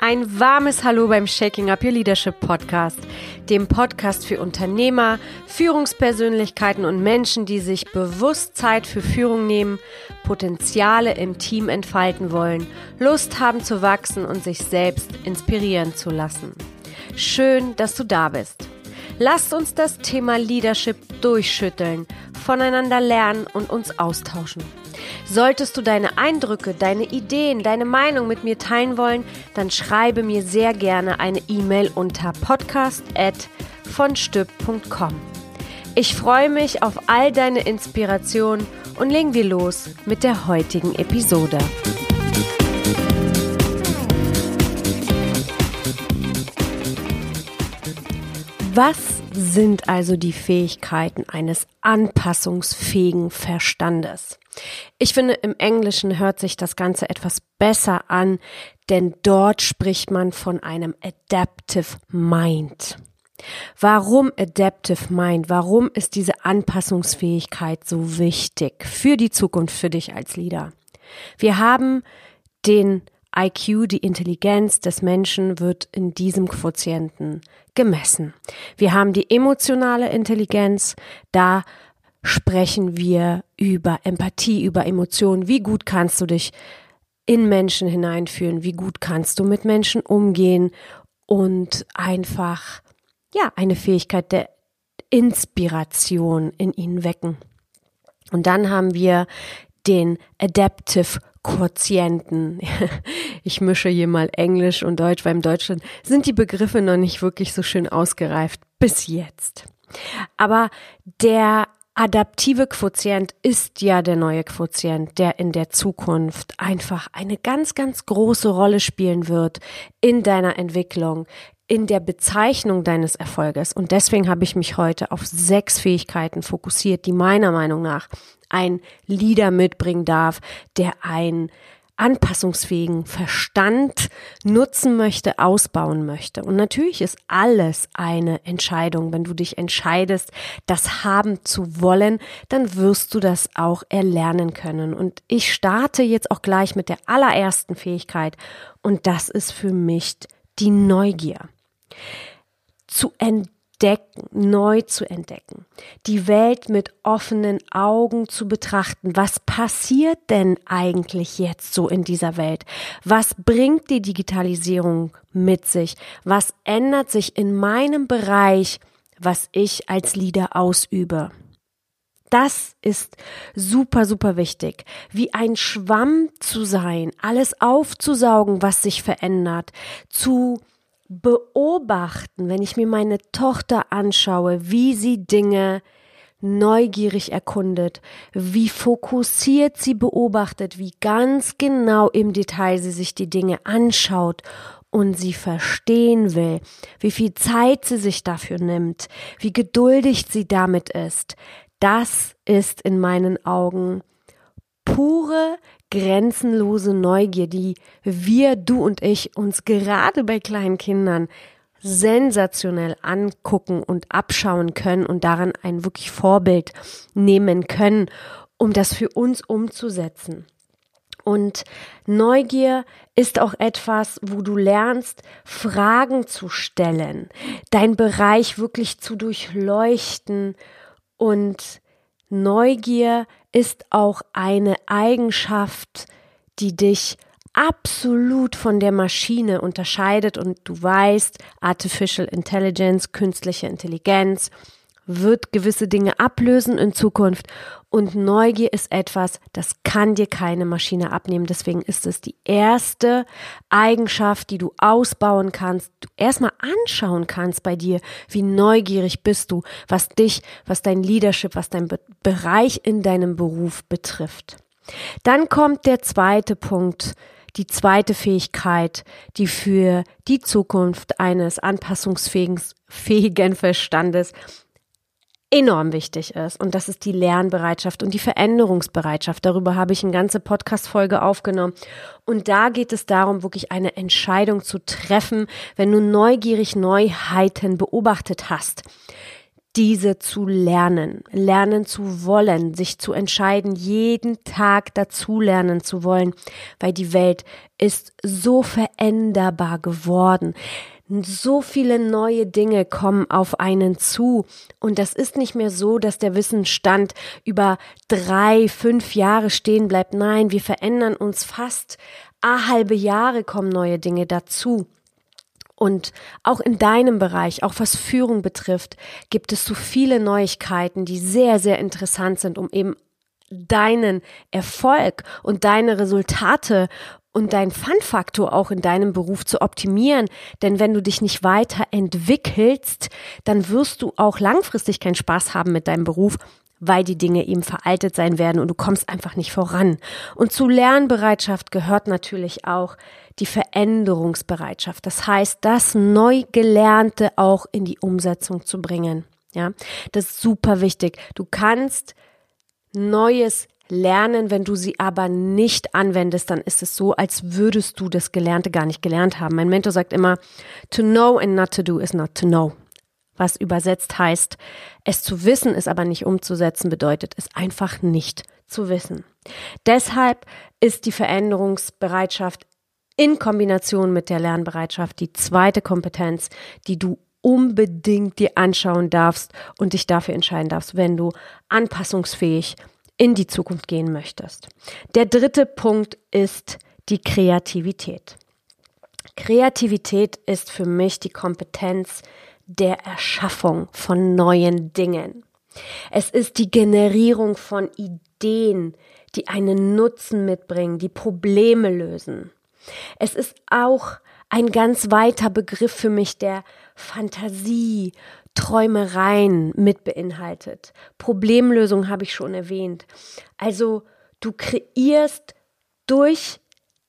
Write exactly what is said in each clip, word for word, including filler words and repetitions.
Ein warmes Hallo beim Shaking Up Your Leadership Podcast, dem Podcast für Unternehmer, Führungspersönlichkeiten und Menschen, die sich bewusst Zeit für Führung nehmen, Potenziale im Team entfalten wollen, Lust haben zu wachsen und sich selbst inspirieren zu lassen. Schön, dass du da bist. Lasst uns das Thema Leadership durchschütteln, voneinander lernen und uns austauschen. Solltest du deine Eindrücke, deine Ideen, deine Meinung mit mir teilen wollen, dann schreibe mir sehr gerne eine E-Mail unter podcast at vonstüpp punkt com. Ich freue mich auf all deine Inspirationen und legen wir los mit der heutigen Episode. Was sind also die Fähigkeiten eines anpassungsfähigen Verstandes? Ich finde, im Englischen hört sich das Ganze etwas besser an, denn dort spricht man von einem Adaptive Mind. Warum Adaptive Mind? Warum ist diese Anpassungsfähigkeit so wichtig für die Zukunft, für dich als Leader? Wir haben den I Q, die Intelligenz des Menschen, wird in diesem Quotienten gemessen. Wir haben die emotionale Intelligenz, da sprechen wir über Empathie, über Emotionen. Wie gut kannst du dich in Menschen hineinfühlen? Wie gut kannst du mit Menschen umgehen? Und einfach, ja, eine Fähigkeit der Inspiration in ihnen wecken. Und dann haben wir den Adaptive Quotienten. Ich mische hier mal Englisch und Deutsch, weil im Deutschen sind die Begriffe noch nicht wirklich so schön ausgereift bis jetzt. Aber der adaptive Quotient ist ja der neue Quotient, der in der Zukunft einfach eine ganz, ganz große Rolle spielen wird in deiner Entwicklung, in der Bezeichnung deines Erfolges. Und deswegen habe ich mich heute auf sechs Fähigkeiten fokussiert, die meiner Meinung nach ein Leader mitbringen darf, der einen anpassungsfähigen Verstand nutzen möchte, ausbauen möchte. Und natürlich ist alles eine Entscheidung. Wenn du dich entscheidest, das haben zu wollen, dann wirst du das auch erlernen können. Und ich starte jetzt auch gleich mit der allerersten Fähigkeit. Und das ist für mich die Neugier. Zu entdecken, neu zu entdecken, die Welt mit offenen Augen zu betrachten. Was passiert denn eigentlich jetzt so in dieser Welt? Was bringt die Digitalisierung mit sich? Was ändert sich in meinem Bereich, was ich als Leader ausübe? Das ist super, super wichtig. Wie ein Schwamm zu sein, alles aufzusaugen, was sich verändert, zu beobachten, wenn ich mir meine Tochter anschaue, wie sie Dinge neugierig erkundet, wie fokussiert sie beobachtet, wie ganz genau im Detail sie sich die Dinge anschaut und sie verstehen will, wie viel Zeit sie sich dafür nimmt, wie geduldig sie damit ist. Das ist in meinen Augen pure, grenzenlose Neugier, die wir, du und ich, uns gerade bei kleinen Kindern sensationell angucken und abschauen können und daran ein wirklich Vorbild nehmen können, um das für uns umzusetzen. Und Neugier ist auch etwas, wo du lernst, Fragen zu stellen, deinen Bereich wirklich zu durchleuchten. Und Neugier ist auch eine Eigenschaft, die dich absolut von der Maschine unterscheidet. Und du weißt, Artificial Intelligence, künstliche Intelligenz, wird gewisse Dinge ablösen in Zukunft. Und Neugier ist etwas, das kann dir keine Maschine abnehmen. Deswegen ist es die erste Eigenschaft, die du ausbauen kannst, du erstmal anschauen kannst bei dir, wie neugierig bist du, was dich, was dein Leadership, was dein Be- Bereich in deinem Beruf betrifft. Dann kommt der zweite Punkt, die zweite Fähigkeit, die für die Zukunft eines anpassungsfähigen fähigen Verstandes enorm wichtig ist. Und das ist die Lernbereitschaft und die Veränderungsbereitschaft. Darüber habe ich eine ganze Podcast-Folge aufgenommen. Und da geht es darum, wirklich eine Entscheidung zu treffen, wenn du neugierig Neuheiten beobachtet hast. diese zu lernen, lernen zu wollen, sich zu entscheiden, jeden Tag dazulernen zu wollen, weil die Welt ist so veränderbar geworden. So viele neue Dinge kommen auf einen zu und das ist nicht mehr so, dass der Wissensstand über drei, fünf Jahre stehen bleibt. Nein, wir verändern uns fast a halbe Jahre kommen neue Dinge dazu. Und auch in deinem Bereich, auch was Führung betrifft, gibt es so viele Neuigkeiten, die sehr, sehr interessant sind, um eben deinen Erfolg und deine Resultate und deinen Fun-Faktor auch in deinem Beruf zu optimieren. Denn wenn du dich nicht weiterentwickelst, dann wirst du auch langfristig keinen Spaß haben mit deinem Beruf, weil die Dinge eben veraltet sein werden und du kommst einfach nicht voran. Und zu Lernbereitschaft gehört natürlich auch die Veränderungsbereitschaft. Das heißt, das Neugelernte auch in die Umsetzung zu bringen. Ja, das ist super wichtig. Du kannst Neues lernen, wenn du sie aber nicht anwendest, dann ist es so, als würdest du das Gelernte gar nicht gelernt haben. Mein Mentor sagt immer, to know and not to do is not to know. Was übersetzt heißt, es zu wissen, es aber nicht umzusetzen, bedeutet es einfach nicht zu wissen. Deshalb ist die Veränderungsbereitschaft in Kombination mit der Lernbereitschaft die zweite Kompetenz, die du unbedingt dir anschauen darfst und dich dafür entscheiden darfst, wenn du anpassungsfähig in die Zukunft gehen möchtest. Der dritte Punkt ist die Kreativität. Kreativität ist für mich die Kompetenz der Erschaffung von neuen Dingen. Es ist die Generierung von Ideen, die einen Nutzen mitbringen, die Probleme lösen. Es ist auch ein ganz weiter Begriff für mich, der Fantasie, Träumereien mit beinhaltet. Problemlösung habe ich schon erwähnt. Also du kreierst durch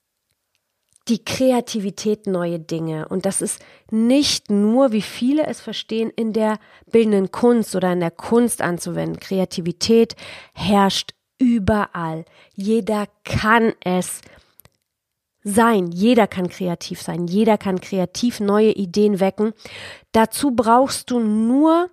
die Kreativität neue Dinge. Und das ist nicht nur, wie viele es verstehen, in der bildenden Kunst oder in der Kunst anzuwenden. Kreativität herrscht überall. Jeder kann es sein. Jeder kann kreativ sein. Jeder kann kreativ neue Ideen wecken. Dazu brauchst du nur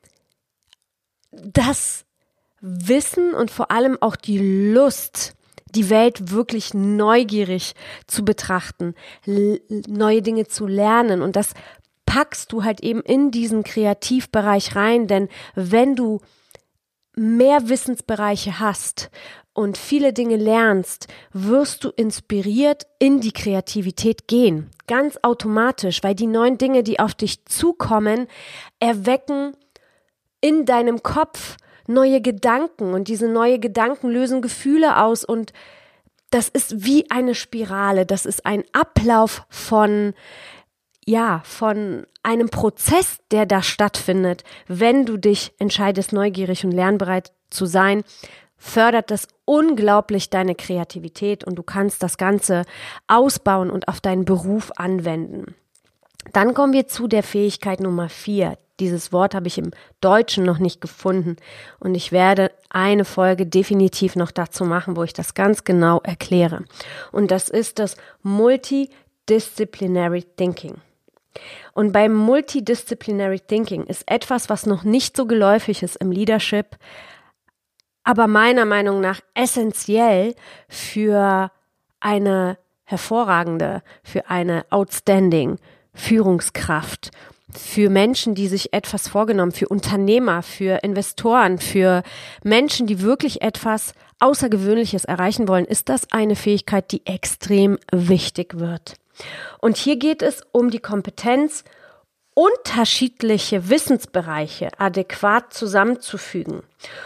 das Wissen und vor allem auch die Lust, die Welt wirklich neugierig zu betrachten, l- neue Dinge zu lernen. Und das packst du halt eben in diesen Kreativbereich rein, denn wenn du mehr Wissensbereiche hast und viele Dinge lernst, wirst du inspiriert in die Kreativität gehen. Ganz automatisch, weil die neuen Dinge, die auf dich zukommen, erwecken in deinem Kopf neue Gedanken und diese neue Gedanken lösen Gefühle aus und das ist wie eine Spirale, das ist ein Ablauf von, ja, von einem Prozess, der da stattfindet. Wenn du dich entscheidest, neugierig und lernbereit zu sein, fördert das unglaublich deine Kreativität und du kannst das Ganze ausbauen und auf deinen Beruf anwenden. Dann kommen wir zu der Fähigkeit Nummer vier. Dieses Wort habe ich im Deutschen noch nicht gefunden und ich werde eine Folge definitiv noch dazu machen, wo ich das ganz genau erkläre. Und das ist das Multidisciplinary Thinking. Und beim Multidisciplinary Thinking ist etwas, was noch nicht so geläufig ist im Leadership, aber meiner Meinung nach essentiell für eine hervorragende, für eine outstanding Führungskraft, für Menschen, die sich etwas vorgenommen, für Unternehmer, für Investoren, für Menschen, die wirklich etwas Außergewöhnliches erreichen wollen, ist das eine Fähigkeit, die extrem wichtig wird. Und hier geht es um die Kompetenz, unterschiedliche Wissensbereiche adäquat zusammenzufügen.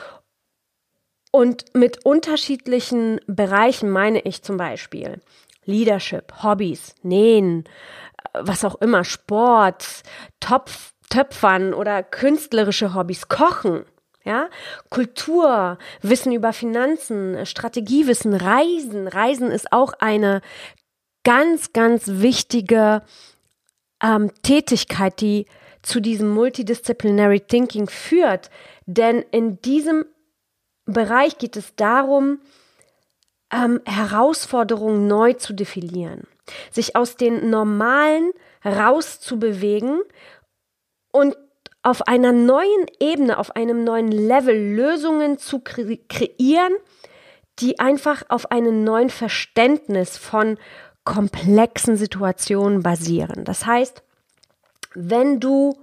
Und mit unterschiedlichen Bereichen meine ich zum Beispiel Leadership, Hobbys, Nähen, was auch immer, Sport, Topf, Töpfern oder künstlerische Hobbys, Kochen, ja, Kultur, Wissen über Finanzen, Strategiewissen, Reisen. Reisen ist auch eine ganz, ganz wichtige ähm, Tätigkeit, die zu diesem Multidisciplinary Thinking führt. Denn in diesem Bereich geht es darum, ähm, Herausforderungen neu zu definieren, sich aus den Normalen rauszubewegen und auf einer neuen Ebene, auf einem neuen Level Lösungen zu kre- kreieren, die einfach auf einem neuen Verständnis von komplexen Situationen basieren. Das heißt, wenn du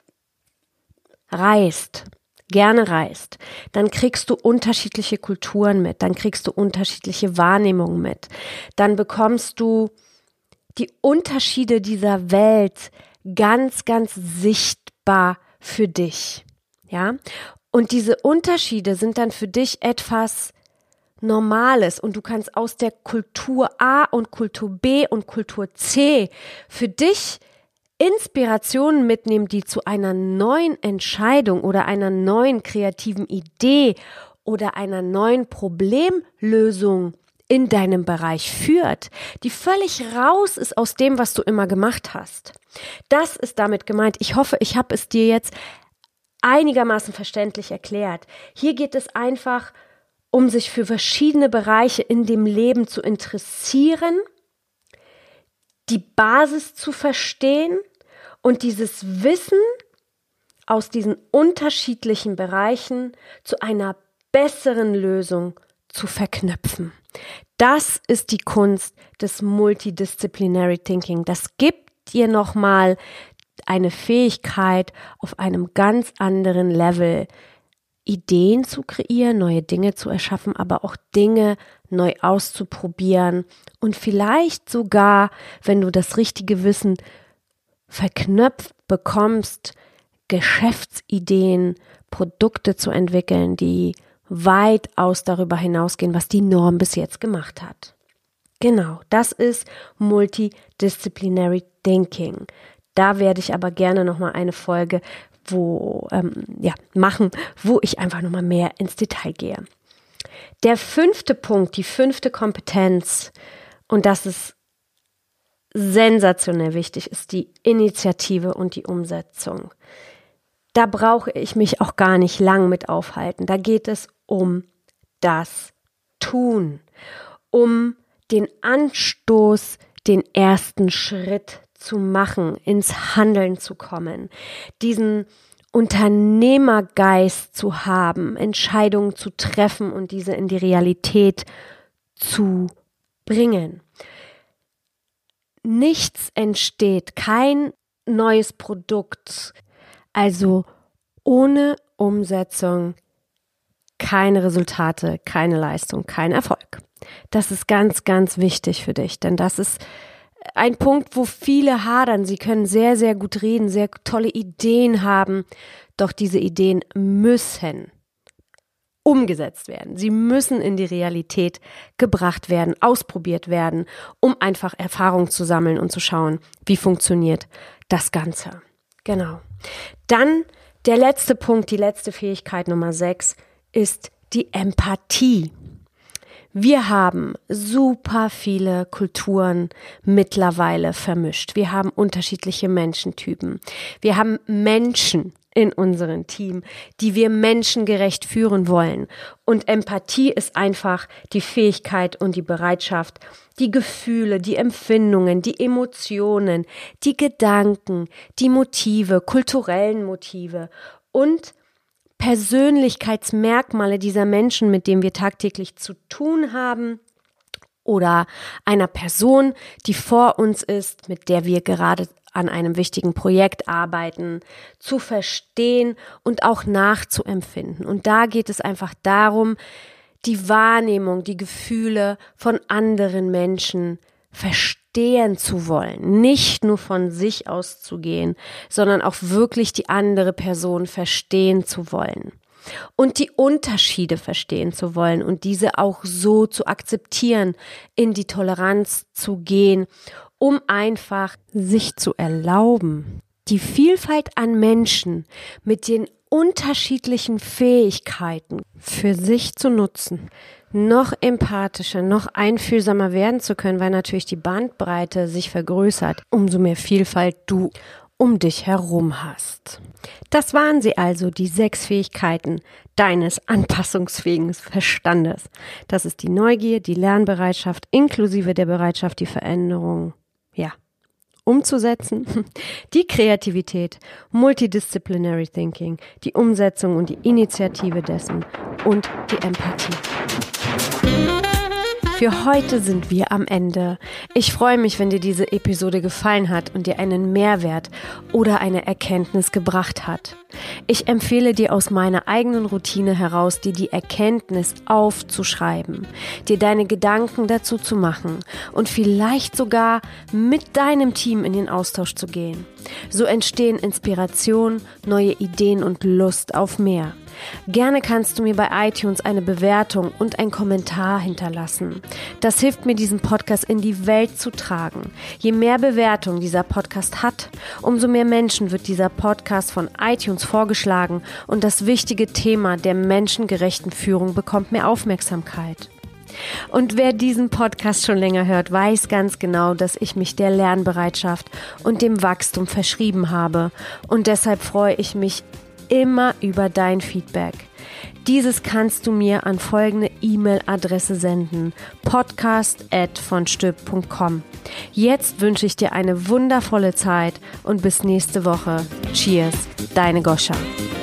reist, gerne reist, dann kriegst du unterschiedliche Kulturen mit, dann kriegst du unterschiedliche Wahrnehmungen mit, dann bekommst du die Unterschiede dieser Welt ganz, ganz sichtbar für dich, ja? Und diese Unterschiede sind dann für dich etwas Normales und du kannst aus der Kultur A und Kultur B und Kultur C für dich Inspirationen mitnehmen, die zu einer neuen Entscheidung oder einer neuen kreativen Idee oder einer neuen Problemlösung in deinem Bereich führt, die völlig raus ist aus dem, was du immer gemacht hast. Das ist damit gemeint. Ich hoffe, ich habe es dir jetzt einigermaßen verständlich erklärt. Hier geht es einfach um sich für verschiedene Bereiche in dem Leben zu interessieren, die Basis zu verstehen und dieses Wissen aus diesen unterschiedlichen Bereichen zu einer besseren Lösung zu verknüpfen. Das ist die Kunst des Multidisciplinary Thinking. Das gibt dir nochmal eine Fähigkeit, auf einem ganz anderen Level Ideen zu kreieren, neue Dinge zu erschaffen, aber auch Dinge neu auszuprobieren und vielleicht sogar, wenn du das richtige Wissen verknüpft bekommst, Geschäftsideen, Produkte zu entwickeln, die weitaus darüber hinausgehen, was die Norm bis jetzt gemacht hat. Genau, das ist Multidisciplinary Thinking. Da werde ich aber gerne nochmal eine Folge wo ähm, ja, machen, wo ich einfach nochmal mehr ins Detail gehe. Der fünfte Punkt, die fünfte Kompetenz, und das ist sensationell wichtig, ist die Initiative und die Umsetzung. Da brauche ich mich auch gar nicht lang mit aufhalten. Da geht es um das Tun, um den Anstoß, den ersten Schritt zu machen, ins Handeln zu kommen, diesen Unternehmergeist zu haben, Entscheidungen zu treffen und diese in die Realität zu bringen. Nichts entsteht, kein neues Produkt, also ohne Umsetzung keine Resultate, keine Leistung, kein Erfolg. Das ist ganz, ganz wichtig für dich, denn das ist ein Punkt, wo viele hadern. Sie können sehr, sehr gut reden, sehr tolle Ideen haben, doch diese Ideen müssen umgesetzt werden. Sie müssen in die Realität gebracht werden, ausprobiert werden, um einfach Erfahrung zu sammeln und zu schauen, wie funktioniert das Ganze. Genau. Dann der letzte Punkt, die letzte Fähigkeit Nummer sechs ist die Empathie. Wir haben super viele Kulturen mittlerweile vermischt. Wir haben unterschiedliche Menschentypen. Wir haben Menschen in unserem Team, die wir menschengerecht führen wollen. Und Empathie ist einfach die Fähigkeit und die Bereitschaft, die Gefühle, die Empfindungen, die Emotionen, die Gedanken, die Motive, kulturellen Motive und Persönlichkeitsmerkmale dieser Menschen, mit denen wir tagtäglich zu tun haben, oder einer Person, die vor uns ist, mit der wir gerade an einem wichtigen Projekt arbeiten, zu verstehen und auch nachzuempfinden. Und da geht es einfach darum, die Wahrnehmung, die Gefühle von anderen Menschen verstehen zu wollen, nicht nur von sich auszugehen, sondern auch wirklich die andere Person verstehen zu wollen und die Unterschiede verstehen zu wollen und diese auch so zu akzeptieren, in die Toleranz zu gehen, um einfach sich zu erlauben, die Vielfalt an Menschen mit den unterschiedlichen Fähigkeiten für sich zu nutzen, noch empathischer, noch einfühlsamer werden zu können, weil natürlich die Bandbreite sich vergrößert, umso mehr Vielfalt du um dich herum hast. Das waren sie also, die sechs Fähigkeiten deines anpassungsfähigen Verstandes. Das ist die Neugier, die Lernbereitschaft, inklusive der Bereitschaft, die Veränderung, ja, umzusetzen? Die Kreativität, Multidisciplinary Thinking, die Umsetzung und die Initiative dessen und die Empathie. Für heute sind wir am Ende. Ich freue mich, wenn dir diese Episode gefallen hat und dir einen Mehrwert oder eine Erkenntnis gebracht hat. Ich empfehle dir aus meiner eigenen Routine heraus, dir die Erkenntnis aufzuschreiben, dir deine Gedanken dazu zu machen und vielleicht sogar mit deinem Team in den Austausch zu gehen. So entstehen Inspiration, neue Ideen und Lust auf mehr. Gerne kannst du mir bei iTunes eine Bewertung und einen Kommentar hinterlassen. Das hilft mir, diesen Podcast in die Welt zu tragen. Je mehr Bewertung dieser Podcast hat, umso mehr Menschen wird dieser Podcast von iTunes vorgeschlagen und das wichtige Thema der menschengerechten Führung bekommt mehr Aufmerksamkeit. Und wer diesen Podcast schon länger hört, weiß ganz genau, dass ich mich der Lernbereitschaft und dem Wachstum verschrieben habe. Und deshalb freue ich mich immer über dein Feedback. Dieses kannst du mir an folgende E-Mail-Adresse senden: podcast at von stülp punkt com. Jetzt wünsche ich dir eine wundervolle Zeit und bis nächste Woche. Cheers, deine Goscha.